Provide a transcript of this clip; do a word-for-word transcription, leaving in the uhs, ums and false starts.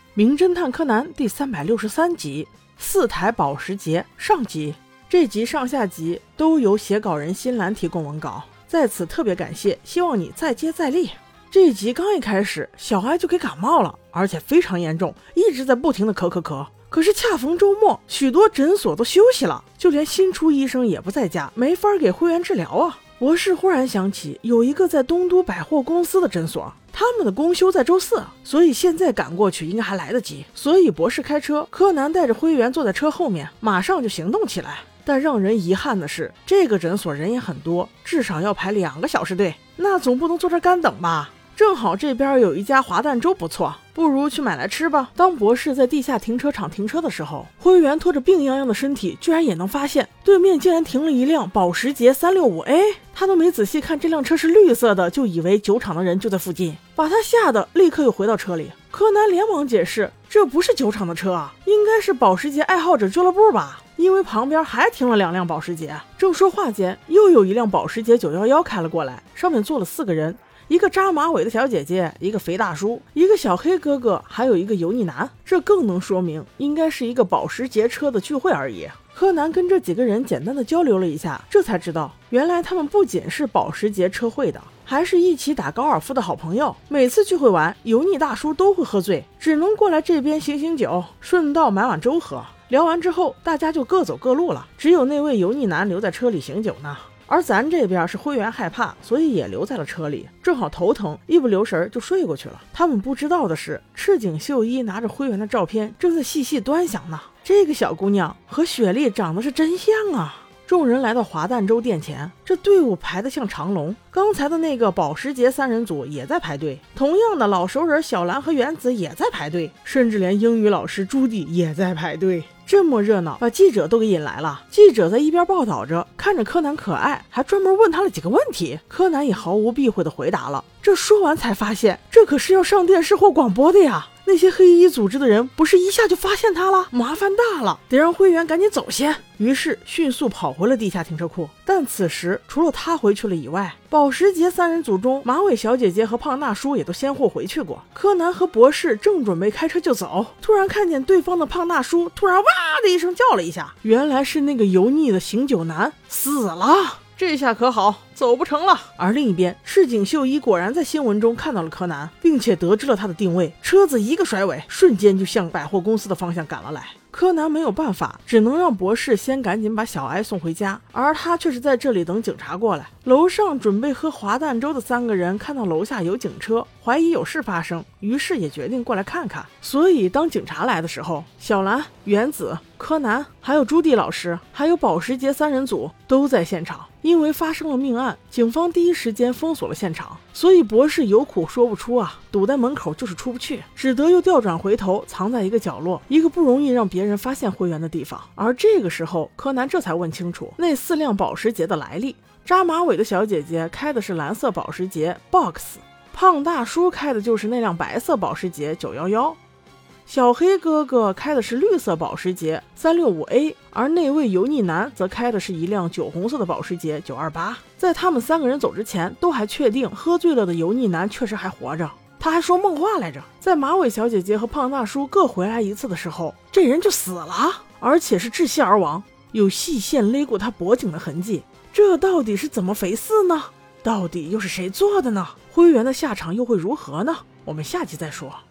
名侦探柯南第三百六十三集，四台保时捷上集。这集上下集都由写稿人新兰提供文稿，在此特别感谢，希望你再接再厉。这一集刚一开始，小艾就给感冒了，而且非常严重，一直在不停的咳咳咳。可是恰逢周末，许多诊所都休息了，就连新出医生也不在家，没法给会员治疗啊。博士忽然想起有一个在东都百货公司的诊所，他们的公休在周四，所以现在赶过去应该还来得及。所以博士开车，柯南带着灰原坐在车后面，马上就行动起来。但让人遗憾的是，这个诊所人也很多，至少要排两个小时队，那总不能坐这干等吧。正好这边有一家滑蛋粥不错，不如去买来吃吧。当博士在地下停车场停车的时候，灰原拖着病殃殃的身体，居然也能发现对面竟然停了一辆保时捷 三六五 A， 他都没仔细看这辆车是绿色的，就以为酒厂的人就在附近，把他吓得立刻又回到车里。柯南连忙解释，这不是酒厂的车啊，应该是保时捷爱好者俱乐部吧，因为旁边还停了两辆保时捷。正说话间，又有一辆保时捷九一一开了过来，上面坐了四个人，一个扎马尾的小姐姐，一个肥大叔，一个小黑哥哥，还有一个油腻男。这更能说明应该是一个保时捷车的聚会而已。柯南跟这几个人简单的交流了一下，这才知道原来他们不仅是保时捷车会的，还是一起打高尔夫的好朋友。每次聚会完，油腻大叔都会喝醉，只能过来这边醒醒酒，顺道买碗粥喝。聊完之后，大家就各走各路了，只有那位油腻男留在车里醒酒呢。而咱这边是灰原害怕，所以也留在了车里，正好头疼，一不留神就睡过去了。他们不知道的是，赤井秀一拿着灰原的照片，正在细细端详呢。这个小姑娘和雪莉长得是真像啊！众人来到滑蛋粥店前，这队伍排得像长龙。刚才的那个保时捷三人组也在排队，同样的老熟人小兰和原子也在排队，甚至连英语老师朱迪也在排队。这么热闹，把记者都给引来了。记者在一边报道着，看着柯南可爱，还专门问他了几个问题。柯南也毫无避讳的回答了。这说完才发现，这可是要上电视或广播的呀。那些黑衣组织的人不是一下就发现他了？麻烦大了，得让灰原赶紧走先。于是迅速跑回了地下停车库。但此时除了他回去了以外，保时捷三人组中马尾小姐姐和胖大叔也都先后回去过。柯南和博士正准备开车就走，突然看见对方的胖大叔突然哇的一声叫了一下，原来是那个油腻的醒酒男死了。这下可好，走不成了。而另一边，赤井秀一果然在新闻中看到了柯南，并且得知了他的定位，车子一个甩尾，瞬间就向百货公司的方向赶了来。柯南没有办法，只能让博士先赶紧把小艾送回家，而他却是在这里等警察过来。楼上准备喝滑蛋粥的三个人看到楼下有警车，怀疑有事发生，于是也决定过来看看。所以当警察来的时候，小兰、原子、柯南还有朱迪老师还有保时捷三人组都在现场。因为发生了命案，警方第一时间封锁了现场，所以博士有苦说不出啊，堵在门口就是出不去，只得又调转回头藏在一个角落，一个不容易让别人发现灰原的地方。而这个时候，柯南这才问清楚那四辆保时捷的来历。扎马尾的小姐姐开的是蓝色保时捷 Box， 胖大叔开的就是那辆白色保时捷九一一，小黑哥哥开的是绿色保时捷 三六五 A， 而那位油腻男则开的是一辆酒红色的保时捷九二八。在他们三个人走之前，都还确定喝醉了的油腻男确实还活着，他还说梦话来着。在马尾小姐姐和胖大叔各回来一次的时候，这人就死了，而且是窒息而亡，有细线勒过他脖颈的痕迹。这到底是怎么回事呢？到底又是谁做的呢？灰原的下场又会如何呢？我们下集再说。